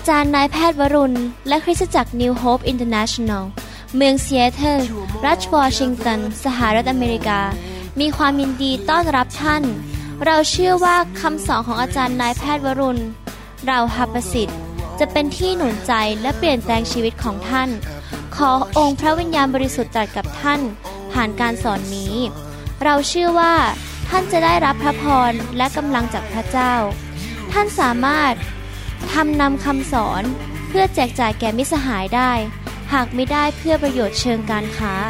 จารย์นายแพทย์วรุณและคริสตจักร New Hope International เมืองซีแอตเทิลรัฐวอชิงตันสหรัฐอเมริกามีความยินดีต้อนรับท่านเราเชื่อว่าคำสอนของอาจารย์นายแพทย์วรุณเราหประสิทธิ์จะเป็นที่หนุนใจและเปลี่ยนแปลงชีวิตของท่านขอองค์พระวิญญาณบริสุทธิ์ตรัสกับท่านผ่านการสอนนี้เราเชื่อว่าท่านจะได้รับพระพรและกำลังจากพระเจ้าท่านสามารถนำคำสอนเพื่อแจกจ่ายแก่มิตรสหายได้หากไม่ได้เพื่อประโยชน์เชิงการค้า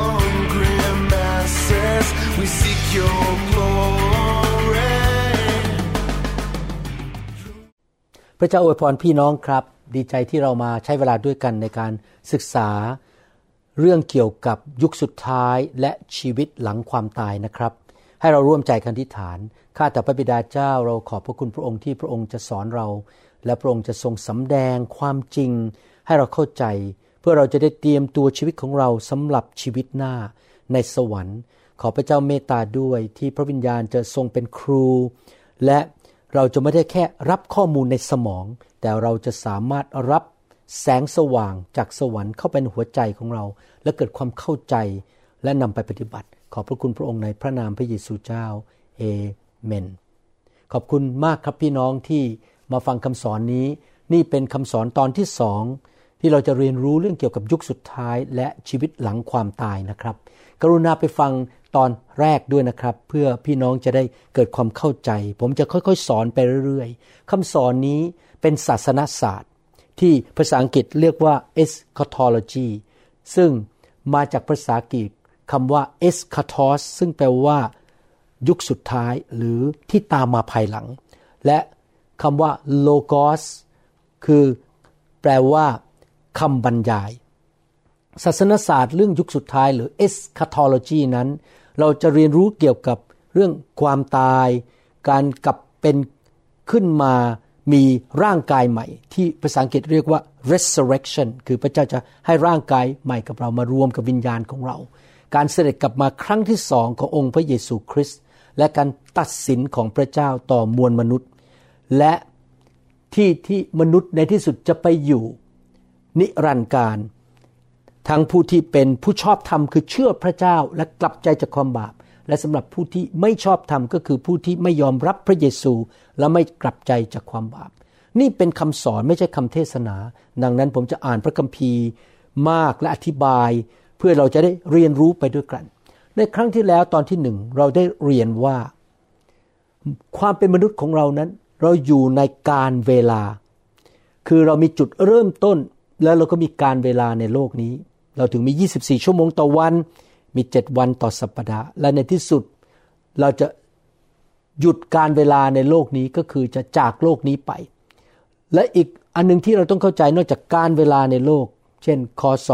พระเจ้าอวยพรพี่น้องครับดีใจที่เรามาใช้เวลาด้วยกันในการศึกษาเรื่องเกี่ยวกับยุคสุดท้ายและชีวิตหลังความตายนะครับให้เราร่วมใจกันอธิษฐานข้าแต่พระบิดาเจ้าเราขอบพระคุณพระองค์ที่พระองค์จะสอนเราและพระองค์จะทรงสำแดงความจริงให้เราเข้าใจเพื่อเราจะได้เตรียมตัวชีวิตของเราสำหรับชีวิตหน้าในสวรรค์ขอพระเจ้าเมตตาด้วยที่พระวิญญาณจะทรงเป็นครูและเราจะไม่ได้แค่รับข้อมูลในสมองแต่เราจะสามารถรับแสงสว่างจากสวรรค์เข้าไปในหัวใจของเราและเกิดความเข้าใจและนำไปปฏิบัติขอบพระคุณพระองค์ในพระนามพระเยซูเจ้าเอเมนขอบคุณมากครับพี่น้องที่มาฟังคำสอนนี้นี่เป็นคำสอนตอนที่2ที่เราจะเรียนรู้เรื่องเกี่ยวกับยุคสุดท้ายและชีวิตหลังความตายนะครับกรุณาไปฟังตอนแรกด้วยนะครับเพื่อพี่น้องจะได้เกิดความเข้าใจผมจะค่อยๆสอนไปเรื่อยๆคำสอนนี้เป็นศาสนศาสตร์ที่ภาษาอังกฤษเรียกว่า eschatology ซึ่งมาจากภาษากรีกคำว่า eschatos ซึ่งแปลว่ายุคสุดท้ายหรือที่ตามมาภายหลังและคำว่า logos คือแปลว่าคำบรรยายศาสนศาสตร์เรื่องยุคสุดท้ายหรือ eschatology นั้นเราจะเรียนรู้เกี่ยวกับเรื่องความตายการกลับเป็นขึ้นมามีร่างกายใหม่ที่ภาษาอังกฤษเรียกว่า resurrection คือพระเจ้าจะให้ร่างกายใหม่กับเรามารวมกับวิญญาณของเราการเสด็จกลับมาครั้งที่2ขององค์พระเยซูคริสต์และการตัดสินของพระเจ้าต่อมวลมนุษย์และที่มนุษย์ในที่สุดจะไปอยู่นิรันดร์กาลทั้งผู้ที่เป็นผู้ชอบธรรมคือเชื่อพระเจ้าและกลับใจจากความบาปและสำหรับผู้ที่ไม่ชอบธรรมก็คือผู้ที่ไม่ยอมรับพระเยซูและไม่กลับใจจากความบาปนี่เป็นคำสอนไม่ใช่คำเทศนาดังนั้นผมจะอ่านพระคัมภีร์มากและอธิบายเพื่อเราจะได้เรียนรู้ไปด้วยกันในครั้งที่แล้วตอนที่1เราได้เรียนว่าความเป็นมนุษย์ของเรานั้นเราอยู่ในการเวลาคือเรามีจุดเริ่มต้นแล้วเราก็มีการเวลาในโลกนี้เราถึงมี24ชั่วโมงต่อวันมี7วันต่อสัปดาห์และในที่สุดเราจะหยุดการเวลาในโลกนี้ก็คือจะจากโลกนี้ไปและอีกอันนึงที่เราต้องเข้าใจนอกจากการเวลาในโลกเช่นคศ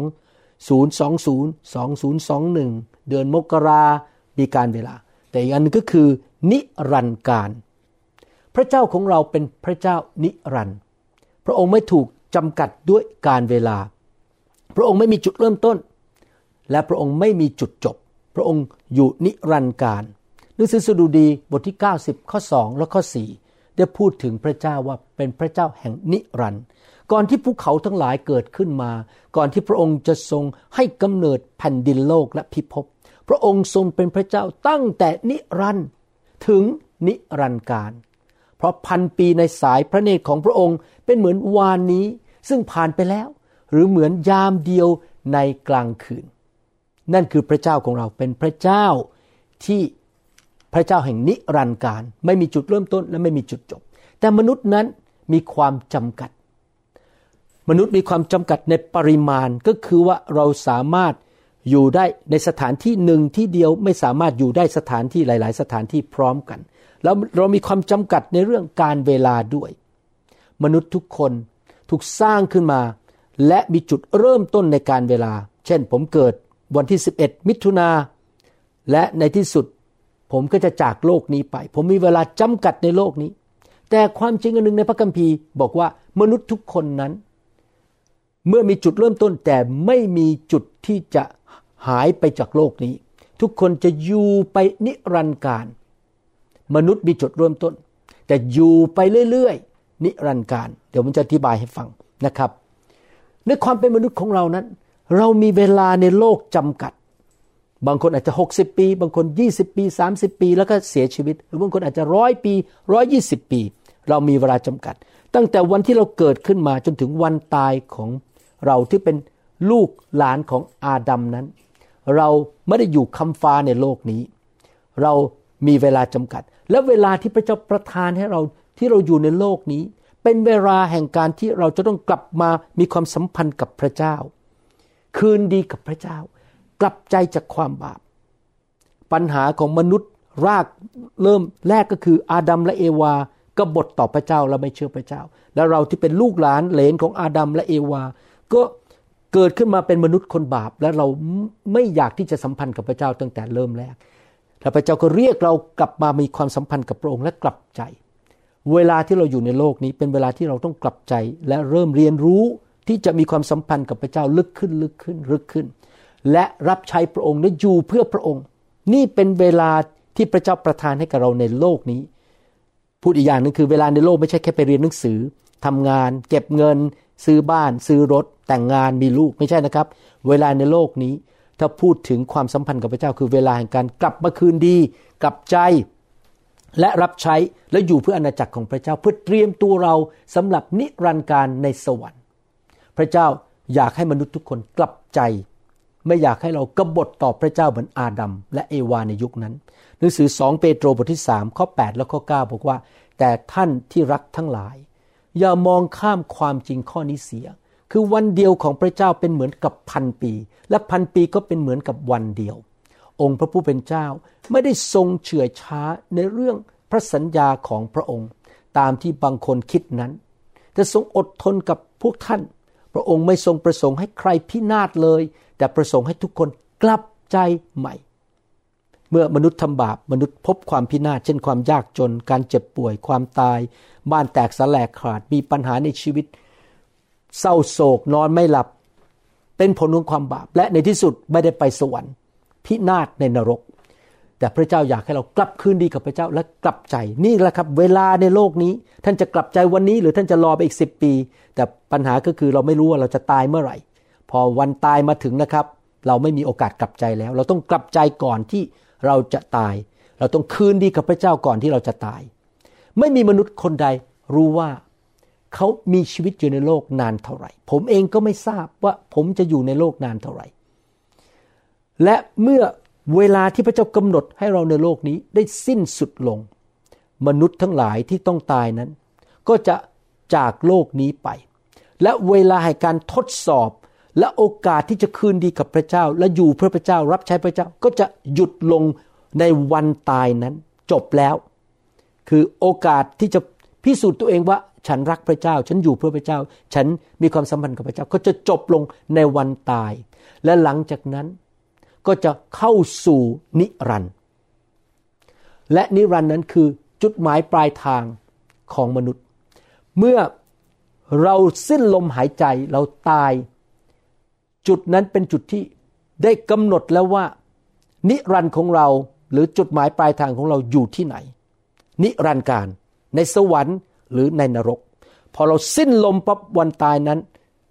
2020 2021เดือนมกรามีการเวลาแต่อีกอันนึงก็คือนิรันดร์กาลพระเจ้าของเราเป็นพระเจ้านิรันดร์พระองค์ไม่ถูกจำกัดด้วยการเวลาพระองค์ไม่มีจุดเริ่มต้นและพระองค์ไม่มีจุดจบพระองค์อยู่นิรันดร์กาลหนังสือสดุดีบทที่90ข้อ2และข้อ4ได้พูดถึงพระเจ้าว่าเป็นพระเจ้าแห่งนิรันดร์ก่อนที่ภูเขาทั้งหลายเกิดขึ้นมาก่อนที่พระองค์จะทรงให้กำเนิดแผ่นดินโลกและพิภพพระองค์ทรงเป็นพระเจ้าตั้งแต่นิรันดร์ถึงนิรันดร์กาลเพราะพันปีในสายพระเนตรของพระองค์เป็นเหมือนวานนี้ซึ่งผ่านไปแล้วหรือเหมือนยามเดียวในกลางคืนนั่นคือพระเจ้าของเราเป็นพระเจ้าที่พระเจ้าแห่งนิรันดร์กาลไม่มีจุดเริ่มต้นและไม่มีจุดจบแต่มนุษย์นั้นมีความจำกัดมนุษย์มีความจำกัดในปริมาณก็คือว่าเราสามารถอยู่ได้ในสถานที่หนึ่งที่เดียวไม่สามารถอยู่ได้สถานที่หลายๆสถานที่พร้อมกันแล้วเรามีความจำกัดในเรื่องการเวลาด้วยมนุษย์ทุกคนถูกสร้างขึ้นมาและมีจุดเริ่มต้นในการเวลาเช่นผมเกิดวันที่11มิถุนาและในที่สุดผมก็จะจากโลกนี้ไปผมมีเวลาจำกัดในโลกนี้แต่ความจริงอันนึงในพระคัมภีร์บอกว่ามนุษย์ทุกคนนั้นเมื่อมีจุดเริ่มต้นแต่ไม่มีจุดที่จะหายไปจากโลกนี้ทุกคนจะอยู่ไปนิรันดร์กาลมนุษย์มีจุดเริ่มต้นแต่อยู่ไปเรื่อยๆนิรันดร์การเดี๋ยวผมจะอธิบายให้ฟังนะครับในความเป็นมนุษย์ของเรานั้นเรามีเวลาในโลกจำกัดบางคนอาจจะ60ปีบางคน20ปี30ปีแล้วก็เสียชีวิตหรือบางคนอาจจะ100ปี120ปีเรามีเวลาจำกัดตั้งแต่วันที่เราเกิดขึ้นมาจนถึงวันตายของเราที่เป็นลูกหลานของอาดัมนั้นเราไม่ได้อยู่ค้ำฟ้าในโลกนี้เรามีเวลาจำกัดและเวลาที่พระเจ้าประทานให้เราที่เราอยู่ในโลกนี้เป็นเวลาแห่งการที่เราจะต้องกลับมามีความสัมพันธ์กับพระเจ้าคืนดีกับพระเจ้ากลับใจจากความบาปปัญหาของมนุษย์รากเริ่มแรกก็คืออาดัมและเอวากบฏต่อพระเจ้าและไม่เชื่อพระเจ้าและเราที่เป็นลูกหลานเหลนของอาดัมและเอวาก็เกิดขึ้นมาเป็นมนุษย์คนบาปและเราไม่อยากที่จะสัมพันธ์กับพระเจ้าตั้งแต่เริ่มแรกแล้วพระเจ้าก็เรียกเรากลับมามีความสัมพันธ์กับพระองค์และกลับใจเวลาที่เราอยู่ในโลกนี้เป็นเวลาที่เราต้องกลับใจและเริ่มเรียนรู้ที่จะมีความสัมพันธ์กับพระเจ้าลึกขึ้นลึกขึ้นลึกขึ้นและรับใช้พระองค์และอยู่เพื่อพระองค์นี่เป็นเวลาที่พระเจ้าประทานให้กับเราในโลกนี้พูดอีกอย่างนึงคือเวลาในโลกไม่ใช่แค่ไปเรียนหนังสือทำงานเก็บเงินซื้อบ้านซื้อรถแต่งงานมีลูกไม่ใช่นะครับเวลาในโลกนี้ถ้าพูดถึงความสัมพันธ์กับพระเจ้าคือเวลาแห่งการกลับมาคืนดีกลับใจและรับใช้และอยู่เพื่ออาณาจักรของพระเจ้าเพื่อเตรียมตัวเราสำหรับนิรันดร์การในสวรรค์พระเจ้าอยากให้มนุษย์ทุกคนกลับใจไม่อยากให้เรากบฏต่อพระเจ้าเหมือนอาดัมและเอวาในยุคนั้นหนังสือ2เปโตรบทที่3ข้อ8และข้อ9บอกว่าแต่ท่านที่รักทั้งหลายอย่ามองข้ามความจริงข้อนี้เสียคือวันเดียวของพระเจ้าเป็นเหมือนกับ1,000 ปีและ1,000 ปีก็เป็นเหมือนกับวันเดียวองค์พระผู้เป็นเจ้าไม่ได้ทรงเฉื่อยช้าในเรื่องพระสัญญาของพระองค์ตามที่บางคนคิดนั้นแต่ทรงอดทนกับพวกท่านพระองค์ไม่ทรงประสงค์ให้ใครพินาศเลยแต่ประสงค์ให้ทุกคนกลับใจใหม่เมื่อมนุษย์ทำบาปมนุษย์พบความพินาศเช่นความยากจนการเจ็บป่วยความตายบ้านแตกสลายขาดมีปัญหาในชีวิตเศร้าโศกนอนไม่หลับเป็นผลของความบาปและในที่สุดไม่ได้ไปสวรรค์พินาศในนรกแต่พระเจ้าอยากให้เรากลับคืนดีกับพระเจ้าและกลับใจนี่แหละครับเวลาในโลกนี้ท่านจะกลับใจวันนี้หรือท่านจะรอไปอีก10 ปีแต่ปัญหาก็คือเราไม่รู้ว่าเราจะตายเมื่อไหร่พอวันตายมาถึงนะครับเราไม่มีโอกาสกลับใจแล้วเราต้องกลับใจก่อนที่เราจะตายเราต้องคืนดีกับพระเจ้าก่อนที่เราจะตายไม่มีมนุษย์คนใดรู้ว่าเขามีชีวิตอยู่ในโลกนานเท่าไหร่ผมเองก็ไม่ทราบว่าผมจะอยู่ในโลกนานเท่าไหร่และเมื่อเวลาที่พระเจ้ากำหนดให้เราในโลกนี้ได้สิ้นสุดลงมนุษย์ทั้งหลายที่ต้องตายนั้นก็จะจากโลกนี้ไปและเวลาให้การทดสอบและโอกาสที่จะคืนดีกับพระเจ้าและอยู่เพื่อพระเจ้ารับใช้พระเจ้าก็จะหยุดลงในวันตายนั้นจบแล้วคือโอกาสที่จะพิสูจน์ตัวเองว่าฉันรักพระเจ้าฉันอยู่เพื่อพระเจ้าฉันมีความสัมพันธ์กับพระเจ้าก็จะจบลงในวันตายและหลังจากนั้นก็จะเข้าสู่นิรันดร์และนิรันดร์นั้นคือจุดหมายปลายทางของมนุษย์เมื่อเราสิ้นลมหายใจเราตายจุดนั้นเป็นจุดที่ได้กำหนดแล้วว่านิรันดร์ของเราหรือจุดหมายปลายทางของเราอยู่ที่ไหนนิรันดร์การในสวรรค์หรือในนรกพอเราสิ้นลมปั๊บวันตายนั้น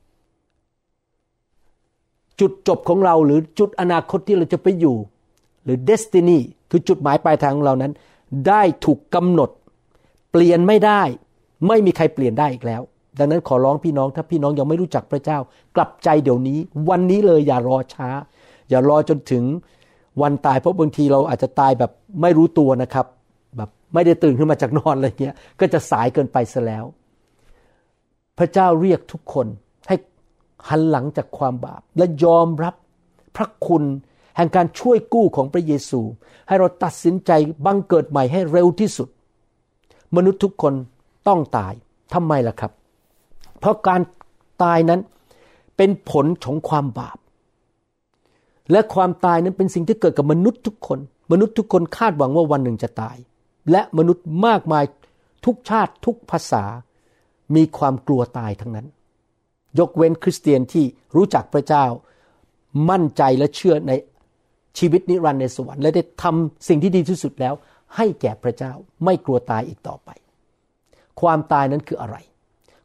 จุดจบของเราหรือจุดอนาคตที่เราจะไปอยู่หรือ destiny คือจุดหมายปลายทางของเรานั้นได้ถูกกำหนดเปลี่ยนไม่ได้ไม่มีใครเปลี่ยนได้อีกแล้วดังนั้นขอร้องพี่น้องถ้าพี่น้องยังไม่รู้จักพระเจ้ากลับใจเดี๋ยวนี้วันนี้เลยอย่ารอช้าอย่ารอจนถึงวันตายเพราะบางทีเราอาจจะตายแบบไม่รู้ตัวนะครับแบบไม่ได้ตื่นขึ้นมาจากนอนอะไรเงี้ยก็จะสายเกินไปซะแล้วพระเจ้าเรียกทุกคนให้หันหลังจากความบาปและยอมรับพระคุณแห่งการช่วยกู้ของพระเยซูให้เราตัดสินใจบังเกิดใหม่ให้เร็วที่สุดมนุษย์ทุกคนต้องตายทำไมล่ะครับเพราะการตายนั้นเป็นผลของความบาปและความตายนั้นเป็นสิ่งที่เกิดกับมนุษย์ทุกคนมนุษย์ทุกคนคาดหวังว่าวันหนึ่งจะตายและมนุษย์มากมายทุกชาติทุกภาษามีความกลัวตายทั้งนั้นยกเว้นคริสเตียนที่รู้จักพระเจ้ามั่นใจและเชื่อในชีวิตนิรันดร์ในสวรรค์และได้ทำสิ่งที่ดีที่สุดแล้วให้แก่พระเจ้าไม่กลัวตายอีกต่อไปความตายนั้นคืออะไร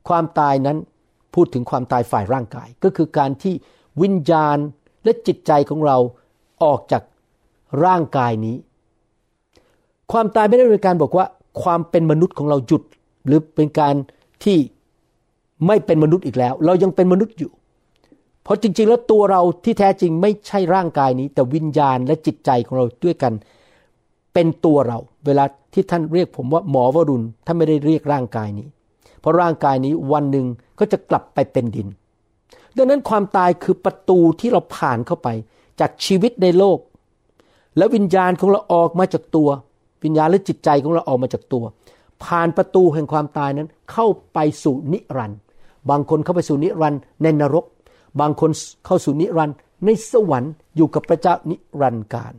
ความตายนั้นพูดถึงความตายฝ่ายร่างกายก็คือการที่วิญญาณและจิตใจของเราออกจากร่างกายนี้ความตายไม่ได้เป็นการบอกว่าความเป็นมนุษย์ของเราหยุดหรือเป็นการที่ไม่เป็นมนุษย์อีกแล้วเรายังเป็นมนุษย์อยู่เพราะจริงๆแล้วตัวเราที่แท้จริงไม่ใช่ร่างกายนี้แต่วิญญาณและจิตใจของเราด้วยกันเป็นตัวเราเวลาที่ท่านเรียกผมว่าหมอวรุณท่านไม่ได้เรียกร่างกายนี้เพราะร่างกายนี้วันหนึ่งก็จะกลับไปเป็นดินดังนั้นความตายคือประตูที่เราผ่านเข้าไปจากชีวิตในโลกและวิญญาณของเราออกมาจากตัววิญญาณและจิตใจของเราออกมาจากตัวผ่านประตูแห่งความตายนั้นเข้าไปสู่นิรันดร์บางคนเข้าไปสู่นิรันดร์ในนรกบางคนเข้าสู่นิรันดร์ในสวรรค์อยู่กับพระเจ้านิรันดร์การ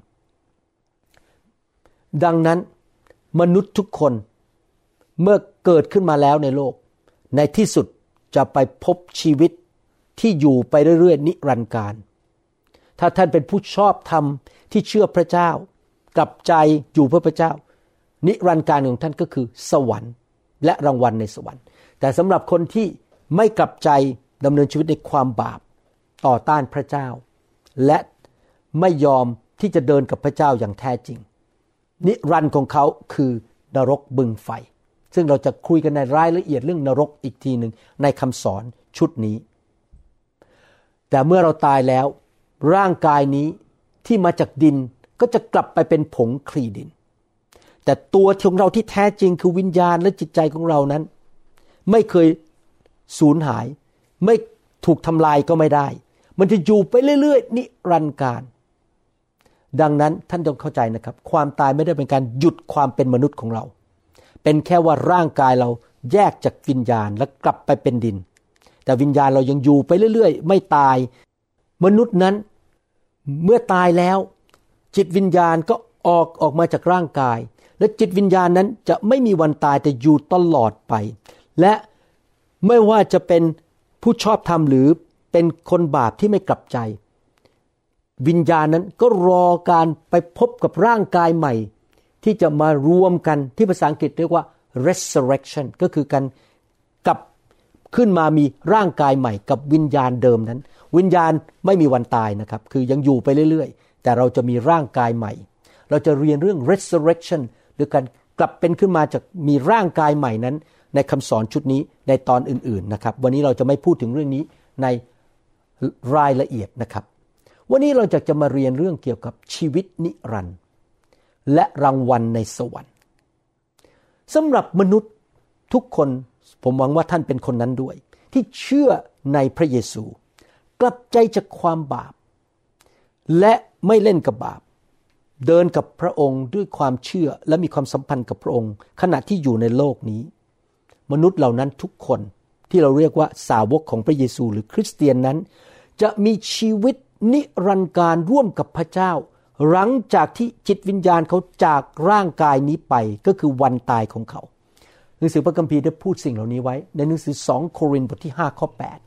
ดังนั้นมนุษย์ทุกคนเมื่อเกิดขึ้นมาแล้วในโลกในที่สุดจะไปพบชีวิตที่อยู่ไปเรื่อยๆนิรันดร์การถ้าท่านเป็นผู้ชอบธรรมที่เชื่อพระเจ้ากลับใจอยู่เพื่อพระเจ้านิรันดร์การของท่านก็คือสวรรค์และรางวัลในสวรรค์แต่สำหรับคนที่ไม่กลับใจดำเนินชีวิตในความบาปต่อต้านพระเจ้าและไม่ยอมที่จะเดินกับพระเจ้าอย่างแท้จริงนิรันดร์ของเขาคือนรกบึงไฟซึ่งเราจะคุยกันในรายละเอียดเรื่องนรกอีกทีหนึ่งในคำสอนชุดนี้แต่เมื่อเราตายแล้วร่างกายนี้ที่มาจากดินก็จะกลับไปเป็นผงคลีดินแต่ตัวของเราที่แท้จริงคือวิญญาณและจิตใจของเรานั้นไม่เคยสูญหายไม่ถูกทำลายก็ไม่ได้มันจะอยู่ไปเรื่อยๆนิรันดร์การดังนั้นท่านต้องเข้าใจนะครับความตายไม่ได้เป็นการหยุดความเป็นมนุษย์ของเราเป็นแค่ว่าร่างกายเราแยกจากวิญญาณและกลับไปเป็นดินแต่วิญญาณเรายังอยู่ไปเรื่อยๆไม่ตายมนุษย์นั้นเมื่อตายแล้วจิตวิญญาณก็ออกมาจากร่างกายและจิตวิญญาณนั้นจะไม่มีวันตายแต่อยู่ตลอดไปและไม่ว่าจะเป็นผู้ชอบธรรมหรือเป็นคนบาปที่ไม่กลับใจวิญญาณนั้นก็รอการไปพบกับร่างกายใหม่ที่จะมารวมกันที่ภาษาอังกฤษเรียกว่า resurrection ก็คือการกลับขึ้นมามีร่างกายใหม่กับวิญญาณเดิมนั้นวิญญาณไม่มีวันตายนะครับคือยังอยู่ไปเรื่อยๆแต่เราจะมีร่างกายใหม่เราจะเรียนเรื่อง resurrection หรือการกลับเป็นขึ้นมาจากมีร่างกายใหม่นั้นในคำสอนชุดนี้ในตอนอื่นๆนะครับวันนี้เราจะไม่พูดถึงเรื่องนี้ในรายละเอียดนะครับวันนี้เราจะมาเรียนเรื่องเกี่ยวกับชีวิตนิรันดร์และรางวัลในสวรรค์สำหรับมนุษย์ทุกคนผมหวังว่าท่านเป็นคนนั้นด้วยที่เชื่อในพระเยซูกลับใจจากความบาปและไม่เล่นกับบาปเดินกับพระองค์ด้วยความเชื่อและมีความสัมพันธ์กับพระองค์ขณะที่อยู่ในโลกนี้มนุษย์เหล่านั้นทุกคนที่เราเรียกว่าสาวกของพระเยซูหรือคริสเตียนนั้นจะมีชีวิตนิรันดร์การร่วมกับพระเจ้าหลังจากที่จิตวิญญาณเขาจากร่างกายนี้ไปก็คือวันตายของเขาหนังสือพระคัมภีร์ได้พูดสิ่งเหล่านี้ไว้ในหนังสือ2โครินธ์บทที่5ข้อ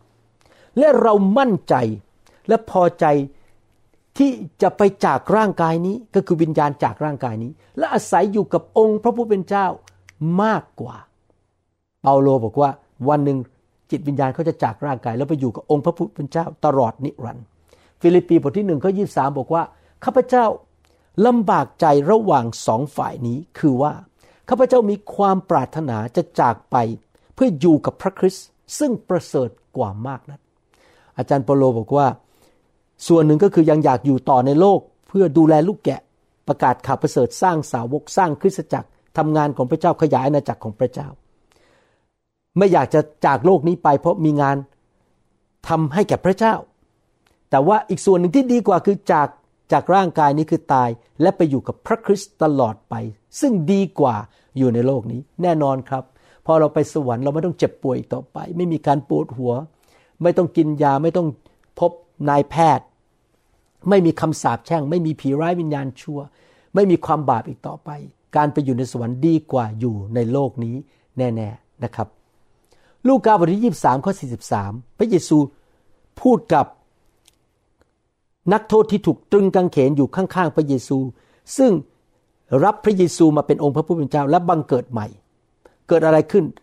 8และเรามั่นใจและพอใจที่จะไปจากร่างกายนี้ก็คือวิญญาณจากร่างกายนี้และอาศัยอยู่กับองค์พระผู้เป็นเจ้ามากกว่าเปาโลบอกว่าวันหนึ่งจิตวิญญาณเขาจะจากร่างกายแล้วไปอยู่กับองค์พระผู้เป็นเจ้าตลอดนิรันดร์ฟิลิปปีบทที่1ข้อ23บอกว่าข้าพเจ้าลำบากใจระหว่างสองฝ่ายนี้คือว่าข้าพเจ้ามีความปรารถนาจะจากไปเพื่ออยู่กับพระคริสต์ซึ่งประเสริฐกว่ามากนักอาจารย์เปาโลบอกว่าส่วนหนึ่งก็คือยังอยากอยู่ต่อในโลกเพื่อดูแลลูกแกะประกาศข่าวประเสริฐสร้างสาวกสร้างคริสตจักรทำงานของพระเจ้าขยายอาณาจักรของพระเจ้าไม่อยากจะจากโลกนี้ไปเพราะมีงานทำให้แก่พระเจ้าแต่ว่าอีกส่วนหนึ่งที่ดีกว่าคือจากร่างกายนี้คือตายและไปอยู่กับพระคริสต์ตลอดไปซึ่งดีกว่าอยู่ในโลกนี้แน่นอนครับพอเราไปสวรรค์เราไม่ต้องเจ็บป่วยอีกต่อไปไม่มีการปวดหัวไม่ต้องกินยาไม่ต้องพบนายแพทย์ไม่มีคำสาปแช่งไม่มีผีร้ายวิญญาณชั่วไม่มีความบาปอีกต่อไปการไปอยู่ในสวรรค์ดีกว่าอยู่ในโลกนี้แน่ๆนะครับลูกาบทที่23ข้อ43พระเยซูพูดกับนักโทษที่ถูกตรึงกางเขนอยู่ข้างๆพระเยซูซึ่งรับพระเยซูมาเป็นองค์พระผู้เป็นเจ้าและบังเกิดใหม่เกิดอะไรขึ้น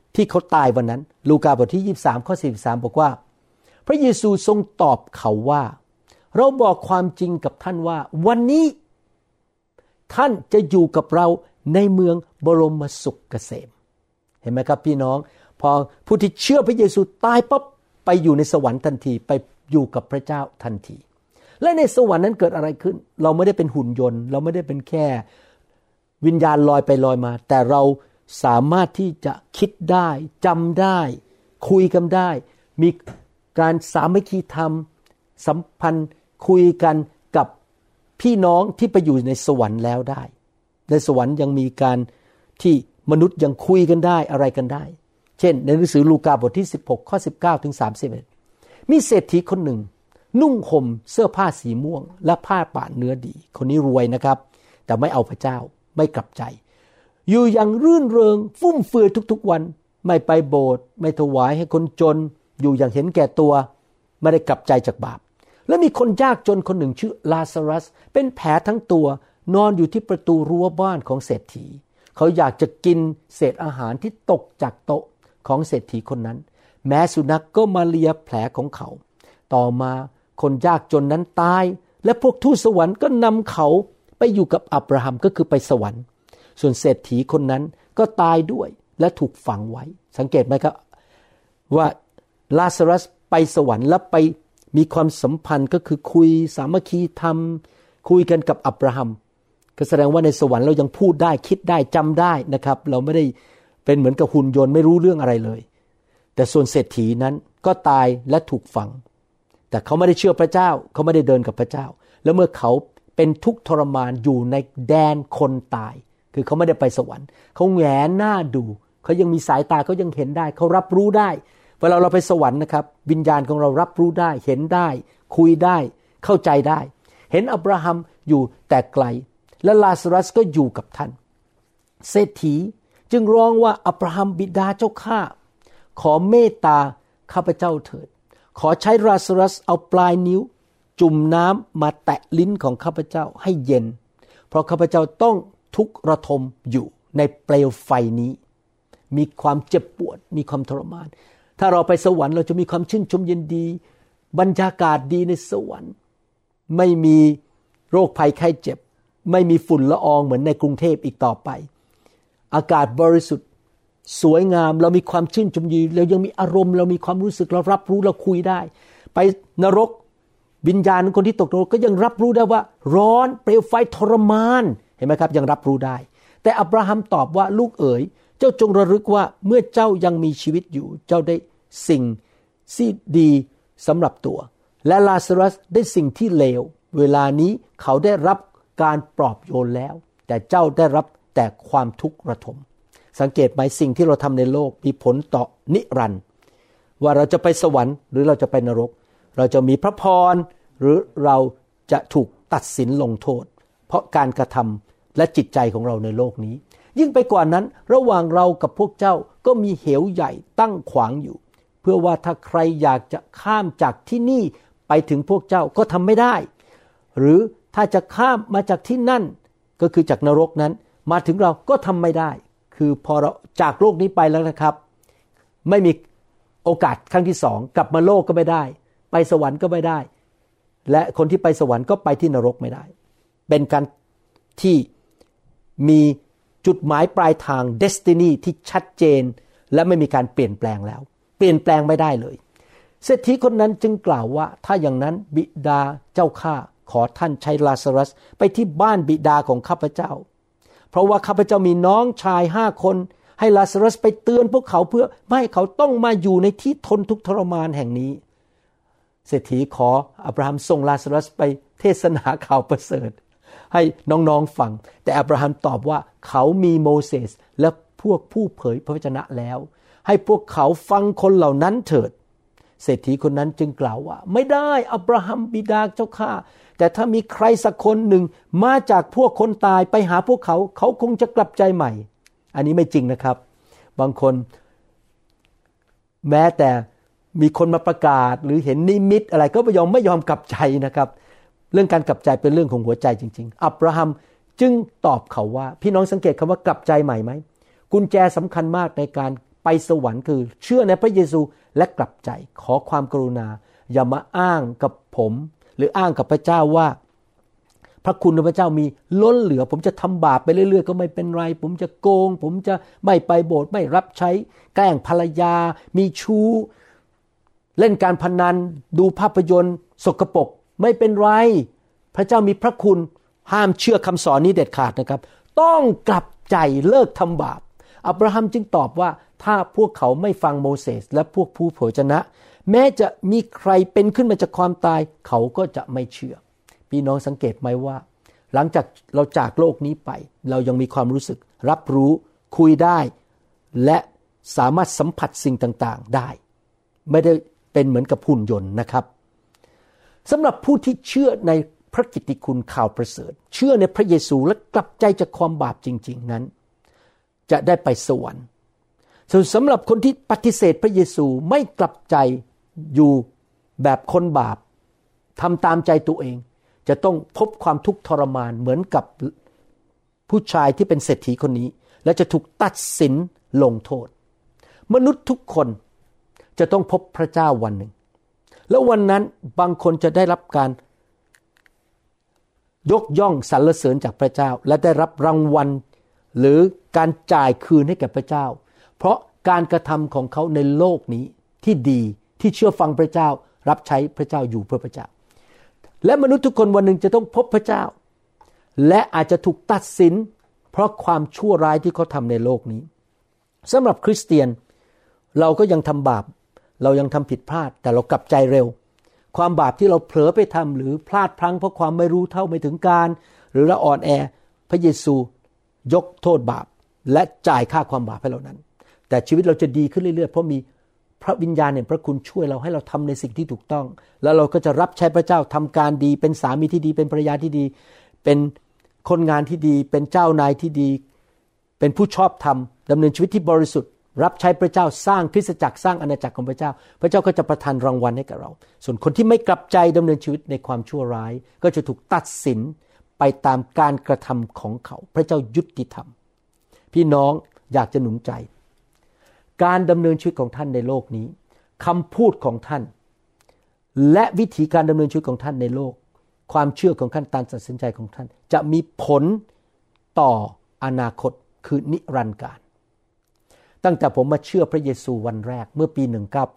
ที่เขาตายวันนั้นลูกาบทที่23ข้อ43บอกว่าพระเยซูทรงตอบเขาว่าเราบอกความจริงกับท่านว่าวันนี้ท่านจะอยู่กับเราในเมืองบรมสุขเกษมเห็นไหมครับพี่น้องพอผู้ที่เชื่อพระเยซูตายปั๊บไปอยู่ในสวรรค์ทันทีไปอยู่กับพระเจ้าทันทีและในสวรรค์นั้นเกิดอะไรขึ้นเราไม่ได้เป็นหุ่นยนต์เราไม่ได้เป็นแค่วิญญาณลอยไปลอยมาแต่เราสามารถที่จะคิดได้จำได้คุยกันได้มีการสามัคคีธรรมสัมพันธ์คุยกันกับพี่น้องที่ไปอยู่ในสวรรค์แล้วได้ในสวรรค์ยังมีการที่มนุษย์ยังคุยกันได้อะไรกันได้เช่นในหนังสือลูกาบทที่16ข้อ19ถึง31มีเศรษฐีคนหนึ่งนุ่งห่มเสื้อผ้าสีม่วงและผ้าป่านเนื้อดีคนนี้รวยนะครับแต่ไม่เอาพระเจ้าไม่กลับใจอยู่อย่างรื่นเริงฟุ่มเฟือยทุกๆวันไม่ไปโบสถ์ไม่ถวายให้คนจนอยู่อย่างเห็นแก่ตัวไม่ได้กลับใจจากบาปและมีคนยากจนคนหนึ่งชื่อลาซารัสเป็นแผลทั้งตัวนอนอยู่ที่ประตูรั้วบ้านของเศรษฐีเขาอยากจะกินเศษอาหารที่ตกจากโต๊ะของเศรษฐีคนนั้นแม้สุนัข ก็มาเลียแผลของเขาต่อมาคนยากจนนั้นตายและพวกทูตสวรรค์ก็นำเขาไปอยู่กับอับราฮัมก็คือไปสวรรค์ส่วนเศรษฐีคนนั้นก็ตายด้วยและถูกฝังไว้สังเกตไหมครับว่าลาซารัสไปสวรรค์แล้วไปมีความสัมพันธ์ก็คือคุยสามัคคีธรรมคุยกันกับอับราฮัมก็แสดงว่าในสวรรค์เรายังพูดได้คิดได้จำได้นะครับเราไม่ได้เป็นเหมือนกับหุ่นยนต์ไม่รู้เรื่องอะไรเลยแต่ส่วนเศรษฐีนั้นก็ตายและถูกฝังแต่เขาไม่ได้เชื่อพระเจ้าเขาไม่ได้เดินกับพระเจ้าแล้วเมื่อเขาเป็นทุกข์ทรมานอยู่ในแดนคนตายคือเขาไม่ได้ไปสวรรค์เขาแหงนหน้าดูเขายังมีสายตาเขายังเห็นได้เขารับรู้ได้เวลาเราไปสวรรค์นะครับวิญญาณของเรารับรู้ได้เห็นได้คุยได้เข้าใจได้เห็นอับราฮัมอยู่แต่ไกลและลาซารัสก็อยู่กับท่านเศรษฐีจึงร้องว่าอับราฮัมบิดาเจ้าข้าขอเมตตาข้าพเจ้าเถิดขอใช้ลาซารัสเอาปลายนิ้วจุ่มน้ำมาแตะลิ้นของข้าพเจ้าให้เย็นเพราะข้าพเจ้าต้องทุกข์ระทมอยู่ในเปลวไฟนี้มีความเจ็บปวดมีความทรมานถ้าเราไปสวรรค์เราจะมีความชื่นชมยินดีบรรยากาศดีในสวรรค์ไม่มีโรคภัยไข้เจ็บไม่มีฝุ่นละอองเหมือนในกรุงเทพอีกต่อไปอากาศบริสุทธิ์สวยงามเรามีความชื่นชมยินดีเรายังมีอารมณ์เรามีความรู้สึกเรารับรู้เราคุยได้ไปนรกวิญญาณคนที่ตกนรกก็ยังรับรู้ได้ว่าร้อนเปลวไฟทรมานเห็นไหมครับยังรับรู้ได้แต่อับราฮัมตอบว่าลูกเอ๋ยเจ้าจงระลึกว่าเมื่อเจ้ายังมีชีวิตอยู่เจ้าได้สิ่งที่ดีสำหรับตัวและลาซารัสได้สิ่งที่เลวเวลานี้เขาได้รับการปลอบโยนแล้วแต่เจ้าได้รับแต่ความทุกข์ระทมสังเกตไหมสิ่งที่เราทำในโลกมีผลต่อนิรันดร์ว่าเราจะไปสวรรค์หรือเราจะไปนรกเราจะมีพระพรหรือเราจะถูกตัดสินลงโทษเพราะการกระทำและจิตใจของเราในโลกนี้ยิ่งไปกว่านั้นระหว่างเรากับพวกเจ้าก็มีเหวใหญ่ตั้งขวางอยู่เพื่อว่าถ้าใครอยากจะข้ามจากที่นี่ไปถึงพวกเจ้าก็ทำไม่ได้หรือถ้าจะข้ามมาจากที่นั่นก็คือจากนรกนั้นมาถึงเราก็ทำไม่ได้คือพอเราจากโลกนี้ไปแล้วนะครับไม่มีโอกาสครั้งที่สองกลับมาโลกก็ไม่ได้ไปสวรรค์ก็ไม่ได้และคนที่ไปสวรรค์ก็ไปที่นรกไม่ได้เป็นการที่มีจุดหมายปลายทาง destiny ที่ชัดเจนและไม่มีการเปลี่ยนแปลงแล้วเปลี่ยนแปลงไม่ได้เลยเศรษฐีคนนั้นจึงกล่าวว่าถ้าอย่างนั้นบิดาเจ้าข้าขอท่านใช้ลาซารัสไปที่บ้านบิดาของข้าพเจ้าเพราะว่าข้าพเจ้ามีน้องชาย5 คนให้ลาซารัสไปเตือนพวกเขาเพื่อไม่ให้เขาต้องมาอยู่ในที่ทนทุกข์ทรมานแห่งนี้เศรษฐีขออับราฮัมส่งลาซารัสไปเทศนาข่าวประเสริฐให้น้องๆฟังแต่อับราฮัมตอบว่าเขามีโมเสสและพวกผู้เผยพระวจนะแล้วให้พวกเขาฟังคนเหล่านั้นเถิดเศรษฐีคนนั้นจึงกล่าวว่าไม่ได้อับราฮัมบิดาเจ้าข้าแต่ถ้ามีใครสักคนหนึ่งมาจากพวกคนตายไปหาพวกเขาเขาคงจะกลับใจใหม่อันนี้ไม่จริงนะครับบางคนแม้แต่มีคนมาประกาศหรือเห็นนิมิตอะไรก็ไม่ยอมกลับใจนะครับเรื่องการกลับใจเป็นเรื่องของหัวใจจริงๆอับราฮัมจึงตอบเขาว่าพี่น้องสังเกตคำว่ากลับใจใหม่ไหมกุญแจสำคัญมากในการไปสวรรค์คือเชื่อในพระเยซูและกลับใจขอความกรุณาอย่ามาอ้างกับผมหรืออ้างกับพระเจ้าว่าพระคุณของพระเจ้ามีล้นเหลือผมจะทำบาปไปเรื่อยๆก็ไม่เป็นไรผมจะโกงผมจะไม่ไปโบสถ์ไม่รับใช้แกล้งภรรยามีชู้เล่นการพนันดูภาพยนตร์สกปรกไม่เป็นไรพระเจ้ามีพระคุณห้ามเชื่อคำสอนนี้เด็ดขาดนะครับต้องกลับใจเลิกทำบาปอับราฮัมจึงตอบว่าถ้าพวกเขาไม่ฟังโมเสสและพวกผู้เผยชนะแม้จะมีใครเป็นขึ้นมาจากความตายเขาก็จะไม่เชื่อพี่น้องสังเกตไหมว่าหลังจากเราจากโลกนี้ไปเรายังมีความรู้สึกรับรู้คุยได้และสามารถสัมผัสสิ่งต่างๆได้ไม่ได้เป็นเหมือนกับหุ่นยนต์นะครับสำหรับผู้ที่เชื่อในพระกิตติคุณข่าวประเสริฐเชื่อในพระเยซูและกลับใจจากความบาปจริงๆนั้นจะได้ไปสวรรค์ส่วนสำหรับคนที่ปฏิเสธพระเยซูไม่กลับใจอยู่แบบคนบาปทำตามใจตัวเองจะต้องพบความทุกข์ทรมานเหมือนกับผู้ชายที่เป็นเศรษฐีคนนี้และจะถูกตัดสินลงโทษมนุษย์ทุกคนจะต้องพบพระเจ้าวันหนึ่งแล้ววันนั้นบางคนจะได้รับการยกย่องสรรเสริญจากพระเจ้าและได้รับรางวัลหรือการจ่ายคืนให้แก่พระเจ้าเพราะการกระทำของเขาในโลกนี้ที่ดีที่เชื่อฟังพระเจ้ารับใช้พระเจ้าอยู่เพื่อพระเจ้าและมนุษย์ทุกคนวันหนึ่งจะต้องพบพระเจ้าและอาจจะถูกตัดสินเพราะความชั่วร้ายที่เขาทำในโลกนี้สำหรับคริสเตียนเราก็ยังทำบาปเรายังทำผิดพลาดแต่เรากลับใจเร็วความบาปที่เราเผลอไปทำหรือพลาดพลั้งเพราะความไม่รู้เท่าไม่ถึงการหรือเราอ่อนแอพระเยซูยกโทษบาปและจ่ายค่าความบาปให้เรานั้นแต่ชีวิตเราจะดีขึ้นเรื่อยๆเพราะมีพระวิญญาณแห่งพระคุณช่วยเราให้เราทำในสิ่งที่ถูกต้องแล้วเราก็จะรับใช้พระเจ้าทำการดีเป็นสามีที่ดีเป็นภรรยาที่ดีเป็นคนงานที่ดีเป็นเจ้านายที่ดีเป็นผู้ชอบธรรมดำเนินชีวิตที่บริสุทธิ์รับใช้พระเจ้าสร้างคริสตจักรสร้างอาณาจักรของพระเจ้าพระเจ้าก็จะประทานรางวัลให้กับเราส่วนคนที่ไม่กลับใจดำเนินชีวิตในความชั่วร้ายก็จะถูกตัดสินไปตามการกระทำของเขาพระเจ้ายุติธรรมพี่น้องอยากจะหนุนใจการดำเนินชีวิตของท่านในโลกนี้คำพูดของท่านและวิธีการดำเนินชีวิตของท่านในโลกความเชื่อของท่านการตัดสินใจของท่านจะมีผลต่ออนาคตคือนิรันดร์กาลตั้งแต่ผมมาเชื่อพระเยซูวันแรกเมื่อปี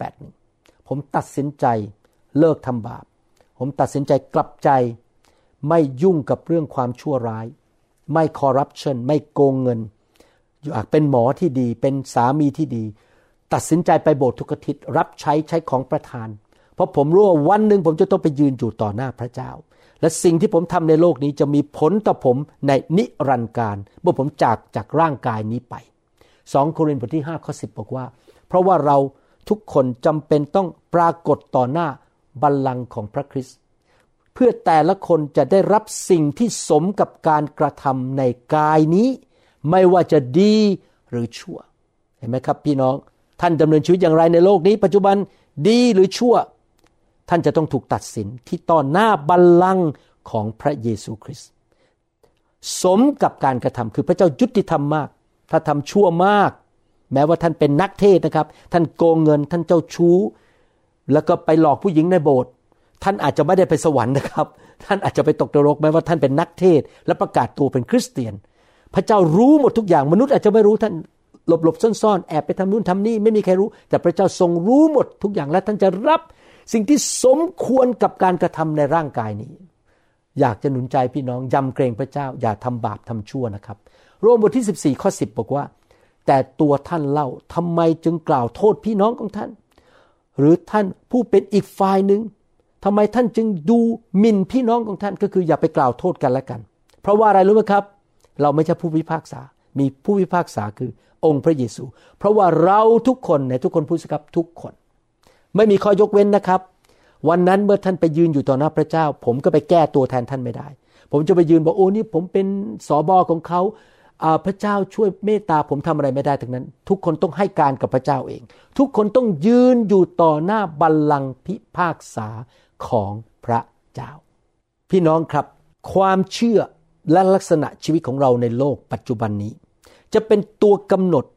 1981ผมตัดสินใจเลิกทำบาปผมตัดสินใจกลับใจไม่ยุ่งกับเรื่องความชั่วร้ายไม่คอร์รัปชันไม่โกงเงินอยากเป็นหมอที่ดีเป็นสามีที่ดีตัดสินใจไปโบสถ์ทุกอาทิตย์รับใช้ของประทานเพราะผมรู้ว่าวันหนึ่งผมจะต้องไปยืนอยู่ต่อหน้าพระเจ้าและสิ่งที่ผมทำในโลกนี้จะมีผลต่อผมในนิรันดร์กาลเมื่อผมจากร่างกายนี้ไป2 โครินธ์บทที่5ข้อ10บอกว่าเพราะว่าเราทุกคนจำเป็นต้องปรากฏต่อหน้าบัลลังก์ของพระคริสต์เพื่อแต่ละคนจะได้รับสิ่งที่สมกับการกระทำในกายนี้ไม่ว่าจะดีหรือชั่วเห็นไหมครับพี่น้องท่านดำเนินชีวิตอย่างไรในโลกนี้ปัจจุบันดีหรือชั่วท่านจะต้องถูกตัดสินที่ต่อหน้าบัลลังก์ของพระเยซูคริสต์สมกับการกระทำคือพระเจ้ายุติธรรมมากถ้าทำชั่วมากแม้ว่าท่านเป็นนักเทศนะครับท่านโกงเงินท่านเจ้าชู้แล้วก็ไปหลอกผู้หญิงในโบสถ์ท่านอาจจะไม่ได้ไปสวรรค์นะครับท่านอาจจะไปตกนรกแม้ว่าท่านเป็นนักเทศและประกาศตัวเป็นคริสเตียนพระเจ้ารู้หมดทุกอย่างมนุษย์อาจจะไม่รู้ท่านหลบซ่อนๆแอบไปทำนู่นทำนี่ไม่มีใครรู้แต่พระเจ้าทรงรู้หมดทุกอย่างและท่านจะรับสิ่งที่สมควรกับการกระทำในร่างกายนี้อยากจะหนุนใจพี่น้องยำเกรงพระเจ้าอย่าทำบาปทำชั่วนะครับโรมบทที่14ข้อ10บอกว่าแต่ตัวท่านเล่าทำไมจึงกล่าวโทษพี่น้องของท่านหรือท่านผู้เป็นอีกฝ่ายหนึ่งทำไมท่านจึงดูหมิ่นพี่น้องของท่านก็คืออย่าไปกล่าวโทษกันและกันเพราะว่าอะไรรู้ไหมครับเราไม่ใช่ผู้พิพากษามีผู้พิพากษาคือองค์พระเยซูเพราะว่าเราทุกคนในทุกคนพูดสิครับทุกคนไม่มีข้อยกเว้นนะครับวันนั้นเมื่อท่านไปยืนอยู่ต่อหน้าพระเจ้าผมก็ไปแก้ตัวแทนท่านไม่ได้ผมจะไปยืนบอกโอ้นี่ผมเป็นสบของเขาพระเจ้าช่วยเมตตาผมทำอะไรไม่ได้ทั้งนั้นทุกคนต้องให้การกับพระเจ้าเองทุกคนต้องยืนอยู่ต่อหน้าบัลลังก์พิพากษาของพระเจ้าพี่น้องครับความเชื่อและลักษณะชีวิตของเราในโลกปัจจุบันนี้จะเป็นตัวกำหนด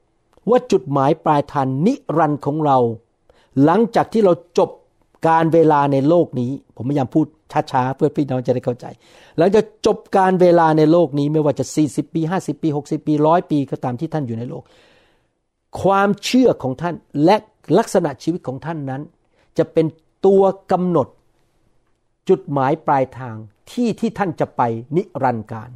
ว่าจุดหมายปลายทางนิรันดร์ของเราหลังจากที่เราจบการเวลาในโลกนี้ผมพยายามพูดช้าๆเพื่อพี่น้องจะได้เข้าใจหลังจากจบการเวลาในโลกนี้ไม่ว่าจะ40ปี50ปี60ปี100ปีก็ตามที่ท่านอยู่ในโลกความเชื่อของท่านและลักษณะชีวิตของท่านนั้นจะเป็นตัวกำหนดจุดหมายปลายทางที่ท่านจะไปนิรันดร์การ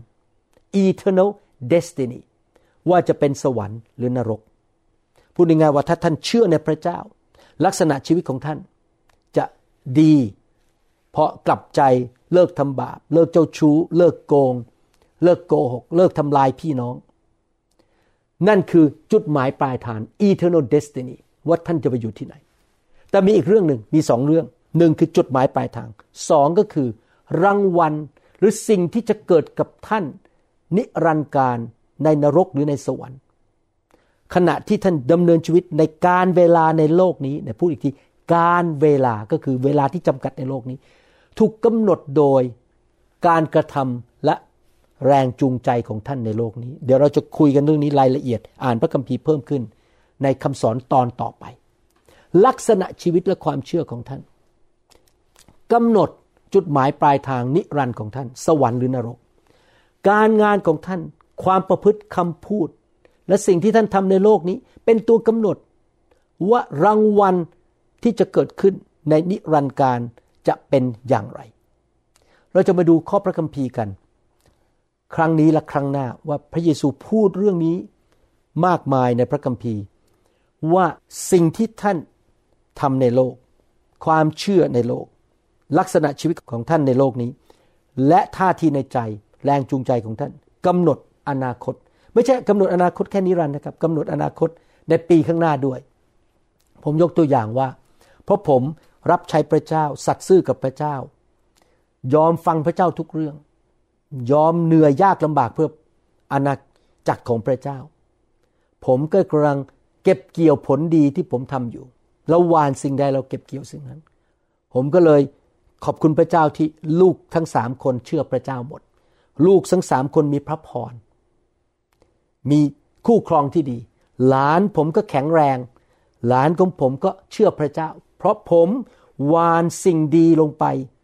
Eternal Destiny ว่าจะเป็นสวรรค์หรือนรกพูดง่ายๆว่าถ้าท่านเชื่อในพระเจ้าลักษณะชีวิตของท่านจะดีเพราะกลับใจเลิกทำบาปเลิกเจ้าชู้เลิกโกงเลิกโกหกเลิกทำลายพี่น้องนั่นคือจุดหมายปลายทาง Eternal Destiny ว่าท่านจะไปอยู่ที่ไหนแต่มีอีกเรื่องหนึ่งมี2เรื่องหนึ่งคือจุดหมายปลายทาง2ก็คือรางวัลหรือสิ่งที่จะเกิดกับท่านนิรันดร์การในนรกหรือในสวรรค์ขณะที่ท่านดำเนินชีวิตในการเวลาในโลกนี้พูดอีกทีการเวลาก็คือเวลาที่จำกัดในโลกนี้ถูกกำหนดโดยการกระทำและแรงจูงใจของท่านในโลกนี้เดี๋ยวเราจะคุยกันเรื่องนี้รายละเอียดอ่านพระคัมภีร์เพิ่มขึ้นในคำสอนตอนต่อไปลักษณะชีวิตและความเชื่อของท่านกำหนดจุดหมายปลายทางนิรันดร์ของท่านสวรรค์หรือนรกการงานของท่านความประพฤติคำพูดและสิ่งที่ท่านทำในโลกนี้เป็นตัวกำหนดว่ารางวัลที่จะเกิดขึ้นในนิรันดร์การจะเป็นอย่างไรเราจะมาดูข้อพระคัมภีร์กันครั้งนี้และครั้งหน้าว่าพระเยซูพูดเรื่องนี้มากมายในพระคัมภีร์ว่าสิ่งที่ท่านทำในโลกความเชื่อในโลกลักษณะชีวิตของท่านในโลกนี้และท่าทีในใจแรงจูงใจของท่านกำหนดอนาคตไม่ใช่กำหนดอนาคตแค่นิรันดร์นะครับกำหนดอนาคตในปีข้างหน้าด้วยผมยกตัวอย่างว่าเพราะผมรับใช้พระเจ้าสัตย์ซื่อกับพระเจ้ายอมฟังพระเจ้าทุกเรื่องยอมเหนื่อยยากลำบากเพื่ออาณาจักรของพระเจ้าผมก็กำลังเก็บเกี่ยวผลดีที่ผมทำอยู่เราหว่านสิ่งใดเราเก็บเกี่ยวสิ่งนั้นผมก็เลยขอบคุณพระเจ้าที่ลูกทั้ง3คนเชื่อพระเจ้าหมดลูกทั้ง3คนมีพระพรมีคู่ครองที่ดีหลานผมก็แข็งแรงหลานของผมก็เชื่อพระเจ้าเพราะผมหว่านสิ่งดีลงไป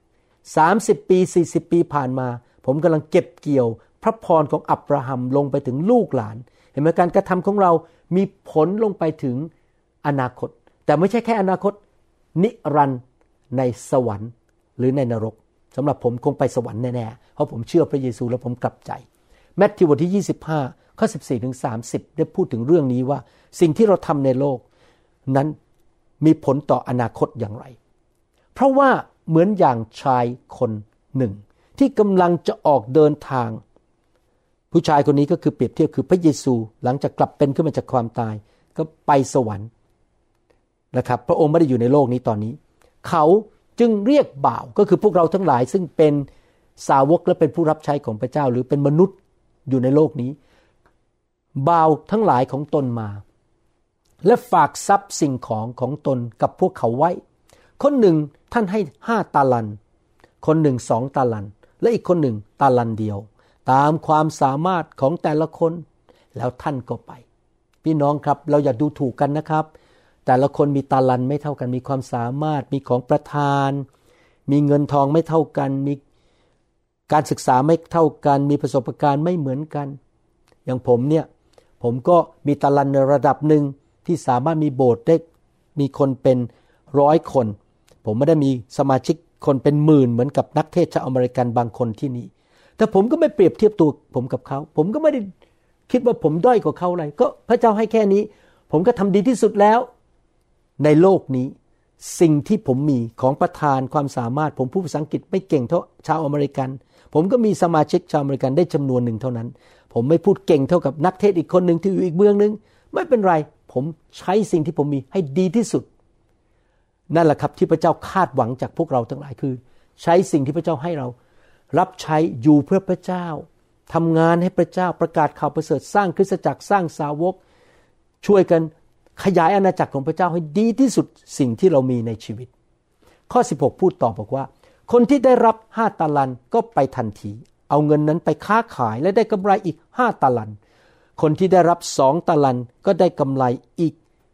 30ปี40ปีผ่านมาผมกำลังเก็บเกี่ยวพระพรของอับราฮัมลงไปถึงลูกหลานเห็นไหมการกระทำของเรามีผลลงไปถึงอนาคตแต่ไม่ใช่แค่อนาคตนิรันดร์ในสวรรค์หรือในนรกสำหรับผมคงไปสวรรค์แน่ๆเพราะผมเชื่อพระเยซูและผมกลับใจแมทธิวบทที่25ข้อ14ถึง30ได้พูดถึงเรื่องนี้ว่าสิ่งที่เราทำในโลกนั้นมีผลต่ออนาคตอย่างไรเพราะว่าเหมือนอย่างชายคนหนึ่งที่กำลังจะออกเดินทางผู้ชายคนนี้ก็คือเปรียบเทียบคือพระเยซูหลังจากกลับเป็นขึ้นมาจากความตายก็ไปสวรรค์นะครับพระองค์ไม่ได้อยู่ในโลกนี้ตอนนี้เขาจึงเรียกบ่าวก็คือพวกเราทั้งหลายซึ่งเป็นสาวกและเป็นผู้รับใช้ของพระเจ้าหรือเป็นมนุษย์อยู่ในโลกนี้บ่าวทั้งหลายของตนมาและฝากทรัพย์สิ่งของตนกับพวกเขาไว้คนหนึ่งท่านให้5ตาลันคนหนึ่ง2ตาลันและอีกคนหนึ่งตาลันเดียวตามความสามารถของแต่ละคนแล้วท่านก็ไปพี่น้องครับเราอย่าดูถูกกันนะครับแต่ละคนมีตาลันไม่เท่ากันมีความสามารถมีของประทานมีเงินทองไม่เท่ากันมีการศึกษาไม่เท่ากันมีประสบการณ์ไม่เหมือนกันอย่างผมก็มีตาลันในระดับหนึ่งที่สามารถมีโบสถ์ได้มีคนเป็น100คนผมไม่ได้มีสมาชิกคนเป็นหมื่นเหมือนกับนักเทศน์ชาวอเมริกันบางคนที่นี่แต่ผมก็ไม่เปรียบเทียบตัวผมกับเขาผมก็ไม่ได้คิดว่าผมด้อยกว่าเขาอะไรก็พระเจ้าให้แค่นี้ผมก็ทำดีที่สุดแล้วในโลกนี้สิ่งที่ผมมีของประทานความสามารถผมพูดภาษาอังกฤษไม่เก่งเท่าชาวอเมริกันผมก็มีสมาชิกชาวอเมริกันได้จำนวนหนึ่งเท่านั้นผมไม่พูดเก่งเท่ากับนักเทศน์อีกคนนึงที่อยู่อีกเมืองนึงไม่เป็นไรผมใช้สิ่งที่ผมมีให้ดีที่สุดนั่นแหละครับที่พระเจ้าคาดหวังจากพวกเราทั้งหลายคือใช้สิ่งที่พระเจ้าให้เรารับใช้อยู่เพื่อพระเจ้าทำงานให้พระเจ้าประกาศข่าวประเสริฐสร้างคริสตจักรสร้างสาวกช่วยกันขยายอาณาจักรของพระเจ้าให้ดีที่สุดสิ่งที่เรามีในชีวิตข้อ16พูดต่อบอกว่าคนที่ได้รับ5ตาลันก็ไปทันทีเอาเงินนั้นไปค้าขายและได้กำไรอีก5ตาลันคนที่ได้รับ2 ตาลันก็ได้กำไรอีก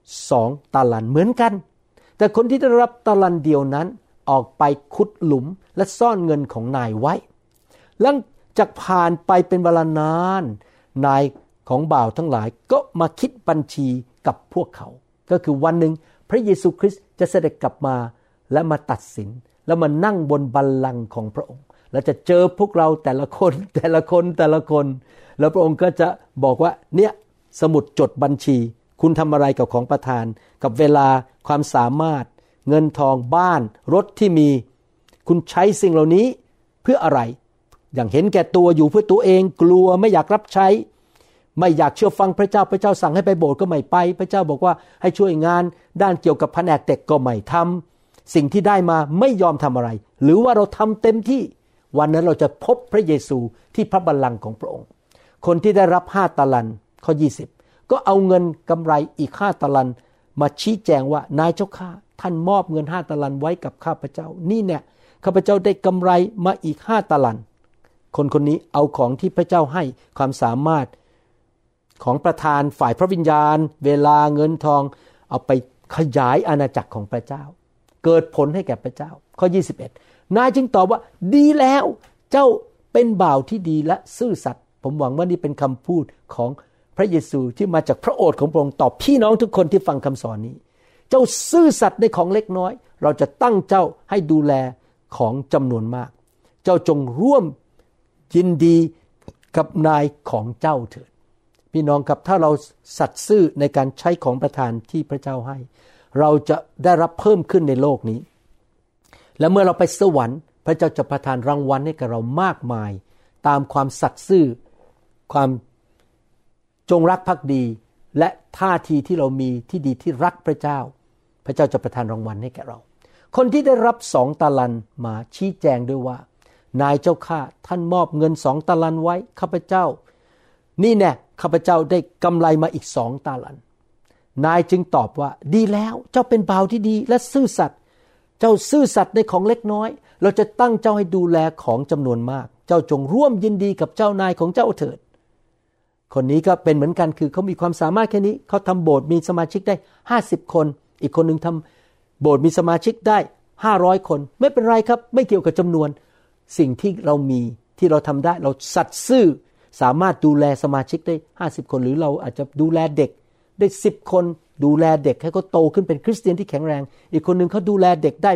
2 ตาลันเหมือนกันแต่คนที่ได้รับตาลันเดียวนั้นออกไปขุดหลุมและซ่อนเงินของนายไว้หลังจากผ่านไปเป็นเวลานานนายของบ่าวทั้งหลายก็มาคิดบัญชีกับพวกเขาก็คือวันหนึ่งพระเยซูคริสต์จะเสด็จกลับมาและมาตัดสินแล้วมานั่งบนบัลลังก์ของพระองค์และจะเจอพวกเราแต่ละคนแล้วพระองค์ก็จะบอกว่าเนี่ยสมุดจดบัญชีคุณทำอะไรกับของประทานกับเวลาความสามารถเงินทองบ้านรถที่มีคุณใช้สิ่งเหล่านี้เพื่ออะไรอย่างเห็นแก่ตัวอยู่เพื่อตัวเองกลัวไม่อยากรับใช้ไม่อยากเชื่อฟังพระเจ้าพระเจ้าสั่งให้ไปโบสถ์ก็ไม่ไปพระเจ้าบอกว่าให้ช่วยงานด้านเกี่ยวกับแผนกเด็กก็ไม่ทำสิ่งที่ได้มาไม่ยอมทำอะไรหรือว่าเราทำเต็มที่วันนั้นเราจะพบพระเยซูที่พระบัลลังก์ของพระองค์คนที่ได้รับ5 ตาลันข้อ20ก็เอาเงินกำไรอีก5 ตาลันมาชี้แจงว่านายเจ้าข้าท่านมอบเงิน5 ตาลันไว้กับข้าพเจ้านี่เนี่ยข้าพเจ้าได้กำไรมาอีก5 ตาลันคนนี้เอาของที่พระเจ้าให้ความสามารถของประธานฝ่ายพระวิญญาณเวลาเงินทองเอาไปขยายอาณาจักรของพระเจ้าเกิดผลให้แก่พระเจ้าข้อ21นายจึงตอบว่าดีแล้วเจ้าเป็นบ่าวที่ดีและซื่อสัตย์ผมหวังว่านี่เป็นคำพูดของพระเยซูที่มาจากพระโอษฐ์ของพระองค์ต่อพี่น้องทุกคนที่ฟังคำสอนนี้เจ้าซื่อสัตย์ในของเล็กน้อยเราจะตั้งเจ้าให้ดูแลของจำนวนมากเจ้าจงร่วมยินดีกับนายของเจ้าเถิดพี่น้องครับถ้าเราสัตย์ซื่อในการใช้ของประทานที่พระเจ้าให้เราจะได้รับเพิ่มขึ้นในโลกนี้และเมื่อเราไปสวรรค์พระเจ้าจะประทานรางวัลให้กับเรามากมายตามความสัตย์ซื่อความจงรักภักดีและท่าทีที่เรามีที่ดีที่รักพระเจ้าพระเจ้าจะประทานรางวัลให้แก่เราคนที่ได้รับ2 ตาลันมาชี้แจงด้วยว่านายเจ้าข้าท่านมอบเงิน2 ตาลันไว้ข้าพเจ้านี่แน่ข้าพเจ้าได้กำไรมาอีก2 ตาลันนายจึงตอบว่าดีแล้วเจ้าเป็นบ่าวที่ดีและซื่อสัตย์เจ้าซื่อสัตย์ในของเล็กน้อยเราจะตั้งเจ้าให้ดูแลของจำนวนมากเจ้าจงร่วมยินดีกับเจ้านายของเจ้าเถิดคนนี้ก็เป็นเหมือนกันคือเขามีความสามารถแค่นี้เขาทำโบสถ์มีสมาชิกได้50 คนอีกคนนึงทำโบสถ์มีสมาชิกได้500 คนไม่เป็นไรครับไม่เกี่ยวกับจำนวนสิ่งที่เรามีที่เราทำได้เราสัตย์ซื่อสามารถดูแลสมาชิกได้50 คนหรือเราอาจจะดูแลเด็กได้10 คนดูแลเด็กให้เขาโตขึ้นเป็นคริสเตียนที่แข็งแรงอีกคนนึงเขาดูแลเด็กได้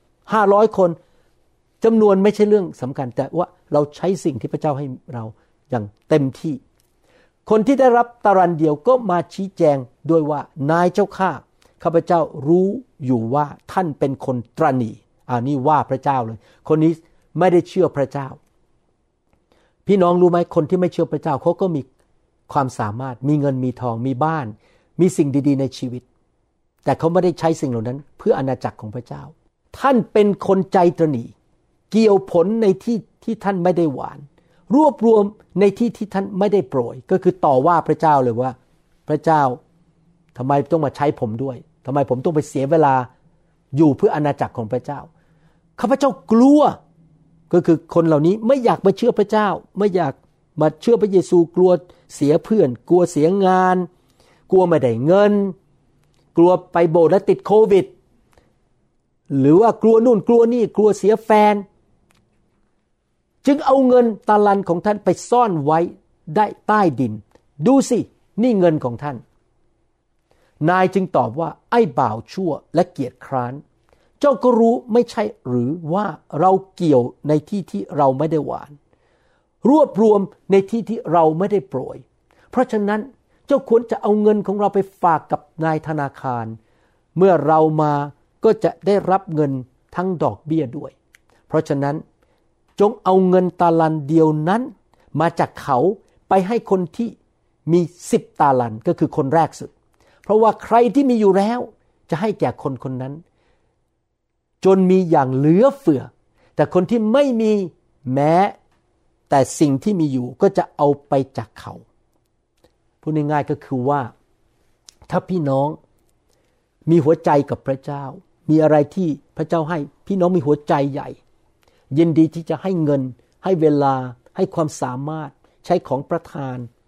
500 คนจำนวนไม่ใช่เรื่องสำคัญแต่ว่าเราใช้สิ่งที่พระเจ้าให้เราอย่างเต็มที่คนที่ได้รับตาลันเดียวก็มาชี้แจงด้วยว่านายเจ้าข้าข้าพเจ้ารู้อยู่ว่าท่านเป็นคนตระหนี่นี่ว่าพระเจ้าเลยคนนี้ไม่ได้เชื่อพระเจ้าพี่น้องรู้ไหมคนที่ไม่เชื่อพระเจ้าเขาก็มีความสามารถมีเงินมีทองมีบ้านมีสิ่งดีๆในชีวิตแต่เขาไม่ได้ใช้สิ่งเหล่านั้นเพื่ออาณาจักรของพระเจ้าท่านเป็นคนใจตระหนี่เกี่ยวผลในที่ท่านไม่ได้หวานรวบรวมในที่ท่านไม่ได้โปรยก็คือต่อว่าพระเจ้าเลยว่าพระเจ้าทำไมต้องมาใช้ผมด้วยทำไมผมต้องไปเสียเวลาอยู่เพื่ออาณาจักรของพระเจ้าข้าพเจ้ากลัวก็คือคนเหล่านี้ไม่อยากมาเชื่อพระเจ้าไม่อยากมาเชื่อพระเยซูกลัวเสียเพื่อนกลัวเสียงานกลัวไม่ได้เงินกลัวไปโบสถ์แล้วติดโควิดหรือว่ากลัวนู่นกลัวนี่กลัวเสียแฟนจึงเอาเงินตาลันของท่านไปซ่อนไว้ได้ใต้ดินดูสินี่เงินของท่านนายจึงตอบว่าไอ้บ่าวชั่วและเกียจคร้านเจ้าก็รู้ไม่ใช่หรือว่าเราเกี่ยวในที่เราไม่ได้หวานรวบรวมในที่เราไม่ได้โปรยเพราะฉะนั้นเจ้าควรจะเอาเงินของเราไปฝากกับนายธนาคารเมื่อเรามาก็จะได้รับเงินทั้งดอกเบี้ยด้วยเพราะฉะนั้นจงเอาเงินตาลันเดียวนั้นมาจากเขาไปให้คนที่มี10 ตาลันก็คือคนแรกสุดเพราะว่าใครที่มีอยู่แล้วจะให้แก่คนคนนั้นจนมีอย่างเหลือเฟือแต่คนที่ไม่มีแม้แต่สิ่งที่มีอยู่ก็จะเอาไปจากเขาพูดง่ายๆก็คือว่าถ้าพี่น้องมีหัวใจกับพระเจ้ามีอะไรที่พระเจ้าให้พี่น้องมีหัวใจใหญ่ยินดีที่จะให้เงินให้เวลาให้ความสามารถใช้ของประทาน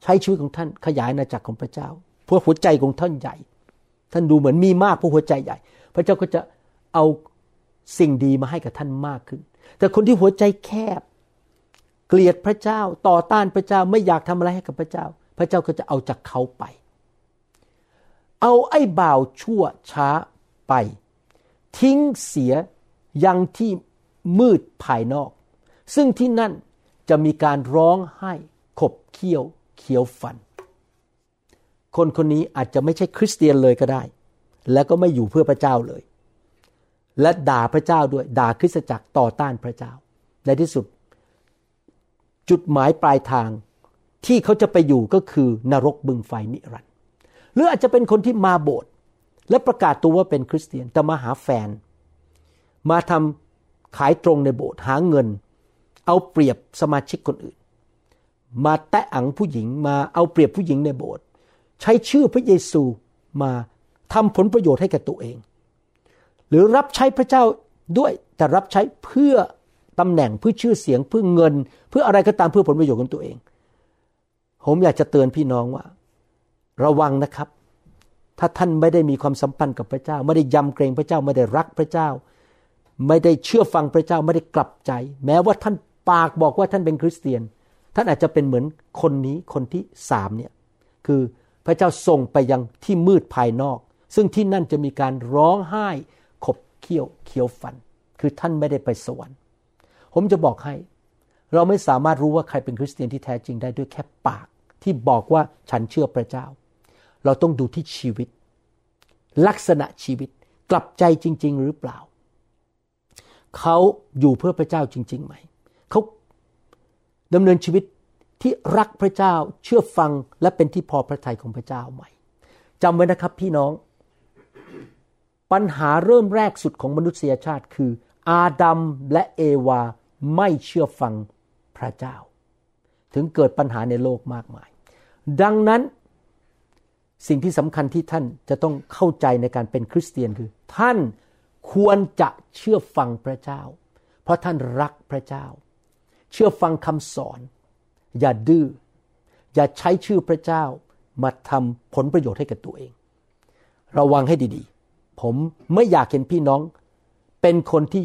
ใช้ชีวิตของท่านขยายอาณาจักรของพระเจ้าเพราะหัวใจของท่านใหญ่ท่านดูเหมือนมีมากเพราะหัวใจใหญ่พระเจ้าก็จะเอาสิ่งดีมาให้กับท่านมากขึ้นแต่คนที่หัวใจแคบเกลียดพระเจ้าต่อต้านพระเจ้าไม่อยากทำอะไรให้กับพระเจ้าพระเจ้าก็จะเอาจากเขาไปเอาไอ้บ่าวชั่วช้าไปทิ้งเสียยังที่มืดภายนอกซึ่งที่นั่นจะมีการร้องไห้ขบเคี้ยวเคี้ยวฟันคนคนนี้อาจจะไม่ใช่คริสเตียนเลยก็ได้และก็ไม่อยู่เพื่อพระเจ้าเลยและด่าพระเจ้าด้วยด่าคริสตจักรต่อต้านพระเจ้าในที่สุดจุดหมายปลายทางที่เขาจะไปอยู่ก็คือนรกบึงไฟนิรันดร์หรืออาจจะเป็นคนที่มาโบสถ์และประกาศตัวว่าเป็นคริสเตียนแต่มาหาแฟนมาทำขายตรงในโบสถ์หาเงินเอาเปรียบสมาชิกคนอื่นมาแตะอังผู้หญิงมาเอาเปรียบผู้หญิงในโบสถ์ใช้ชื่อพระเยซูมาทำผลประโยชน์ให้กับตัวเองหรือรับใช้พระเจ้าด้วยแต่รับใช้เพื่อตำแหน่งเพื่อชื่อเสียงเพื่อเงินเพื่ออะไรก็ตามเพื่อผลประโยชน์ของตัวเองผมอยากจะเตือนพี่น้องว่าระวังนะครับถ้าท่านไม่ได้มีความสัมพันธ์กับพระเจ้าไม่ได้ยำเกรงพระเจ้าไม่ได้รักพระเจ้าไม่ได้เชื่อฟังพระเจ้าไม่ได้กลับใจแม้ว่าท่านปากบอกว่าท่านเป็นคริสเตียนท่านอาจจะเป็นเหมือนคนนี้คนที่3เนี่ยคือพระเจ้าส่งไปยังที่มืดภายนอกซึ่งที่นั่นจะมีการร้องไห้ขบเคี้ยวเคี้ยวฟันคือท่านไม่ได้ไปสวรรค์ผมจะบอกให้เราไม่สามารถรู้ว่าใครเป็นคริสเตียนที่แท้จริงได้ด้วยแค่ปากที่บอกว่าฉันเชื่อพระเจ้าเราต้องดูที่ชีวิตลักษณะชีวิตกลับใจจริงๆหรือเปล่าเขาอยู่เพื่อพระเจ้าจริงๆไหมเขาดำเนินชีวิตที่รักพระเจ้าเชื่อฟังและเป็นที่พอพระทัยของพระเจ้าไหมจำไว้นะครับพี่น้องปัญหาเริ่มแรกสุดของมนุษยชาติคืออาดัมและเอวาไม่เชื่อฟังพระเจ้าถึงเกิดปัญหาในโลกมากมายดังนั้นสิ่งที่สำคัญที่ท่านจะต้องเข้าใจในการเป็นคริสเตียนคือท่านควรจะเชื่อฟังพระเจ้าเพราะท่านรักพระเจ้าเชื่อฟังคำสอนอย่าดื้ออย่าใช้ชื่อพระเจ้ามาทำผลประโยชน์ให้กับตัวเองระวังให้ดีๆผมไม่อยากเห็นพี่น้องเป็นคนที่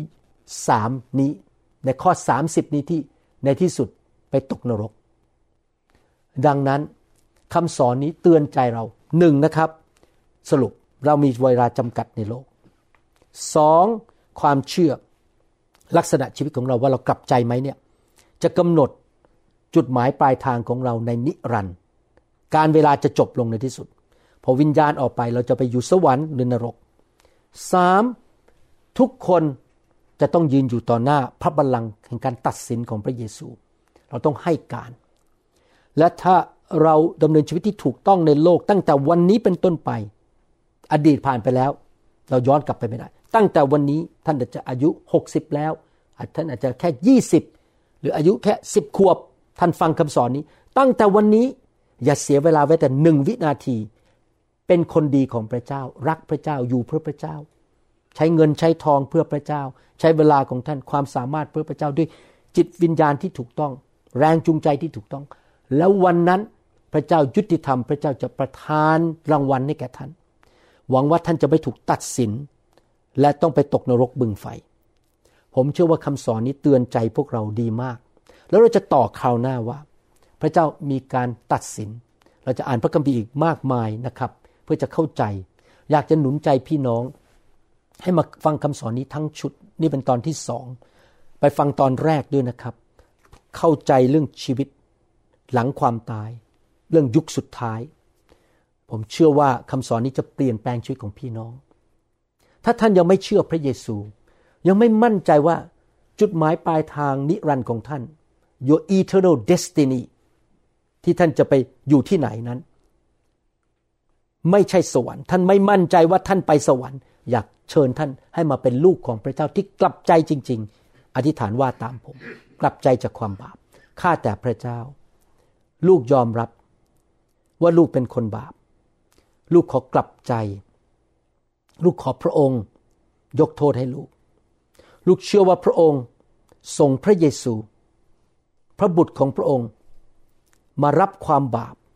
3นี้ในข้อ30นี้ที่ในที่สุดไปตกนรกดังนั้นคำสอนนี้เตือนใจเรา1นะครับสรุปเรามีเวลาจำกัดในโลก2ความเชื่อลักษณะชีวิตของเราว่าเรากลับใจไหมเนี่ยจะกำหนดจุดหมายปลายทางของเราในนิรันดร์การเวลาจะจบลงในที่สุดพอวิญญาณออกไปเราจะไปอยู่สวรรค์หรือนรก3ทุกคนจะต้องยืนอยู่ต่อหน้าพระบัลลังก์แห่งการตัดสินของพระเยซูเราต้องให้การและถ้าเราดำเนินชีวิตที่ถูกต้องในโลกตั้งแต่วันนี้เป็นต้นไปอดีตผ่านไปแล้วเราย้อนกลับไปไม่ได้ตั้งแต่วันนี้ท่านอาจจะอายุ60แล้วท่านอาจจะแค่20หรืออายุแค่10ขวบท่านฟังคำสอนนี้ตั้งแต่วันนี้อย่าเสียเวลาไว้แต่1วินาทีเป็นคนดีของพระเจ้ารักพระเจ้าอยู่เพื่อพระเจ้าใช้เงินใช้ทองเพื่อพระเจ้าใช้เวลาของท่านความสามารถเพื่อพระเจ้าด้วยจิตวิญญาณที่ถูกต้องแรงจูงใจที่ถูกต้องแล้ววันนั้นพระเจ้ายุติธรรมพระเจ้าจะประทานรางวัลให้แก่ท่านหวังว่าท่านจะไม่ถูกตัดสินและต้องไปตกนรกบึงไฟผมเชื่อว่าคำสอนนี้เตือนใจพวกเราดีมากแล้วเราจะต่อคราวหน้าว่าพระเจ้ามีการตัดสินเราจะอ่านพระคัมภีร์อีกมากมายนะครับเพื่อจะเข้าใจอยากจะหนุนใจพี่น้องให้มาฟังคำสอนนี้ทั้งชุดนี่เป็นตอนที่2ไปฟังตอนแรกด้วยนะครับเข้าใจเรื่องชีวิตหลังความตายเรื่องยุคสุดท้ายผมเชื่อว่าคำสอนนี้จะเปลี่ยนแปลงชีวิตของพี่น้องถ้าท่านยังไม่เชื่อพระเยซูยังไม่มั่นใจว่าจุดหมายปลายทางนิรันดร์ของท่าน your eternal destiny ที่ท่านจะไปอยู่ที่ไหนนั้นไม่ใช่สวรรค์ท่านไม่มั่นใจว่าท่านไปสวรรค์อยากเชิญท่านให้มาเป็นลูกของพระเจ้าที่กลับใจจริงๆอธิษฐานว่าตามผมกลับใจจากความบาปข้าแต่พระเจ้าลูกยอมรับว่าลูกเป็นคนบาปลูกขอกลับใจลูกขอพระองค์ยกโทษให้ลูกเชื่อว่าพระองค์ส่งพระเยซูพระบุตรของพระองค์มารับความบาป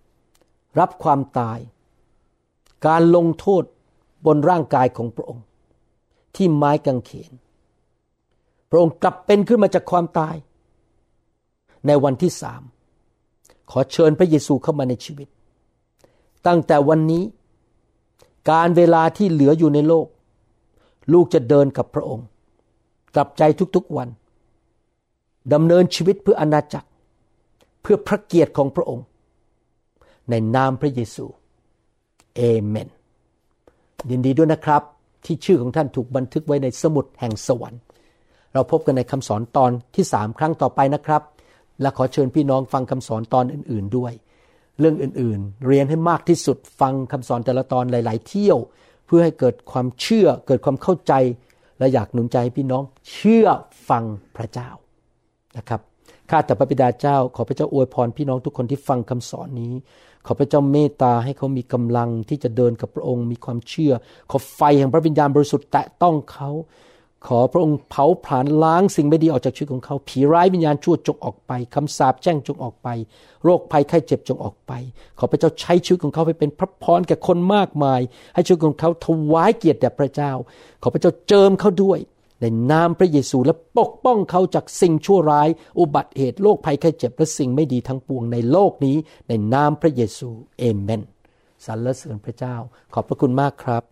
รับความตายการลงโทษบนร่างกายของพระองค์ที่ไม้กางเขนพระองค์กลับเป็นขึ้นมาจากความตายในวันที่3ขอเชิญพระเยซูเข้ามาในชีวิตตั้งแต่วันนี้การเวลาที่เหลืออยู่ในโลกลูกจะเดินกับพระองค์กลับใจทุกๆวันดำเนินชีวิตเพื่ออาณาจักรเพื่อพระเกียรติของพระองค์ในนามพระเยซูเอเมนยินดีด้วยนะครับที่ชื่อของท่านถูกบันทึกไว้ในสมุดแห่งสวรรค์เราพบกันในคำสอนตอนที่3ครั้งต่อไปนะครับและขอเชิญพี่น้องฟังคำสอนตอนอื่นๆด้วยเรื่องอื่นๆเรียนให้มากที่สุดฟังคำสอนแต่ละตอนหลายๆเที่ยวเพื่อให้เกิดความเชื่อเกิดความเข้าใจและอยากหนุนใจให้พี่น้องเชื่อฟังพระเจ้านะครับข้าแต่พระบิดาเจ้าขอพระเจ้าอวยพรพี่น้องทุกคนที่ฟังคำสอนนี้ขอพระเจ้าเมตตาให้เขามีกำลังที่จะเดินกับพระองค์มีความเชื่อขอไฟแห่งพระวิญญาณบริสุทธิ์แตะต้องเขาขอพระองค์เผาผลาญล้างสิ่งไม่ดีออกจากชีวิตของเขาผีร้ายวิญญาณชั่วจงออกไปคำสาปแช่งจงออกไปโรคภัยไข้เจ็บจงออกไปขอพระเจ้าใช้ชีวิตของเขาไปเป็นพระพรแก่คนมากมายให้ชีวิตของเขาถวายเกียรติแด่พระเจ้าขอพระเจ้าเจิมเขาด้วยในนามพระเยซูและปกป้องเขาจากสิ่งชั่วร้ายอุบัติเหตุโรคภัยไข้เจ็บและสิ่งไม่ดีทั้งปวงในโลกนี้ในนามพระเยซูเอเมนสรรเสริญพระเจ้าขอบพระคุณมากครับ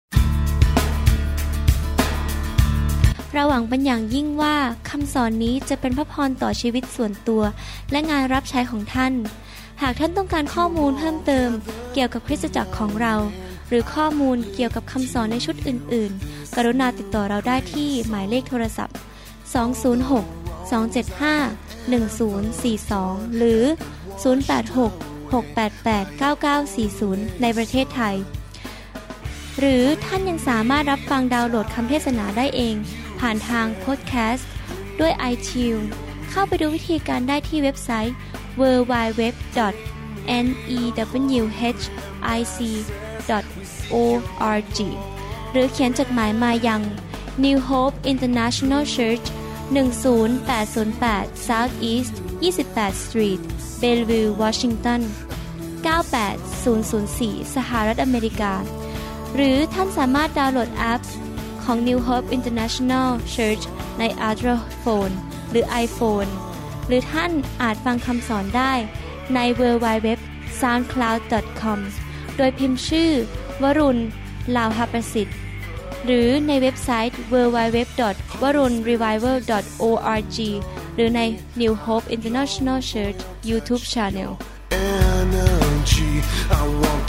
เราหวังเป็นอย่างยิ่งว่าคำสอนนี้จะเป็นพระพรต่อชีวิตส่วนตัวและงานรับใช้ของท่านหากท่านต้องการข้อมูลเพิ่มเติมเกี่ยวกับคริสตจักรของเราหรือข้อมูลเกี่ยวกับคำสอนในชุดอื่นๆกรุณาติดต่อเราได้ที่หมายเลขโทรศัพท์206-275-1042หรือ086-688-9940ในประเทศไทยหรือท่านยังสามารถรับฟังดาวน์โหลดคำเทศนาได้เองผ่านทางพอดแคสต์ด้วย iTunes เข้าไปดูวิธีการได้ที่เว็บไซต์ www.newhic.org หรือเขียนจดหมายมายัง New Hope International Church 10808 South East 28th Street Bellevue Washington 98004 สหรัฐอเมริกาหรือท่านสามารถดาวน์โหลดแอปของ New Hope International Church ใน Android Phone หรือ iPhone หรือท่านอาจฟังคำสอนได้ใน www.soundcloud.com โดยพิมพ์ชื่อวรุณ ลาวหประสิทธิ์หรือในเว็บไซต์ www.warunrevival.org หรือใน New Hope International Church YouTube Channel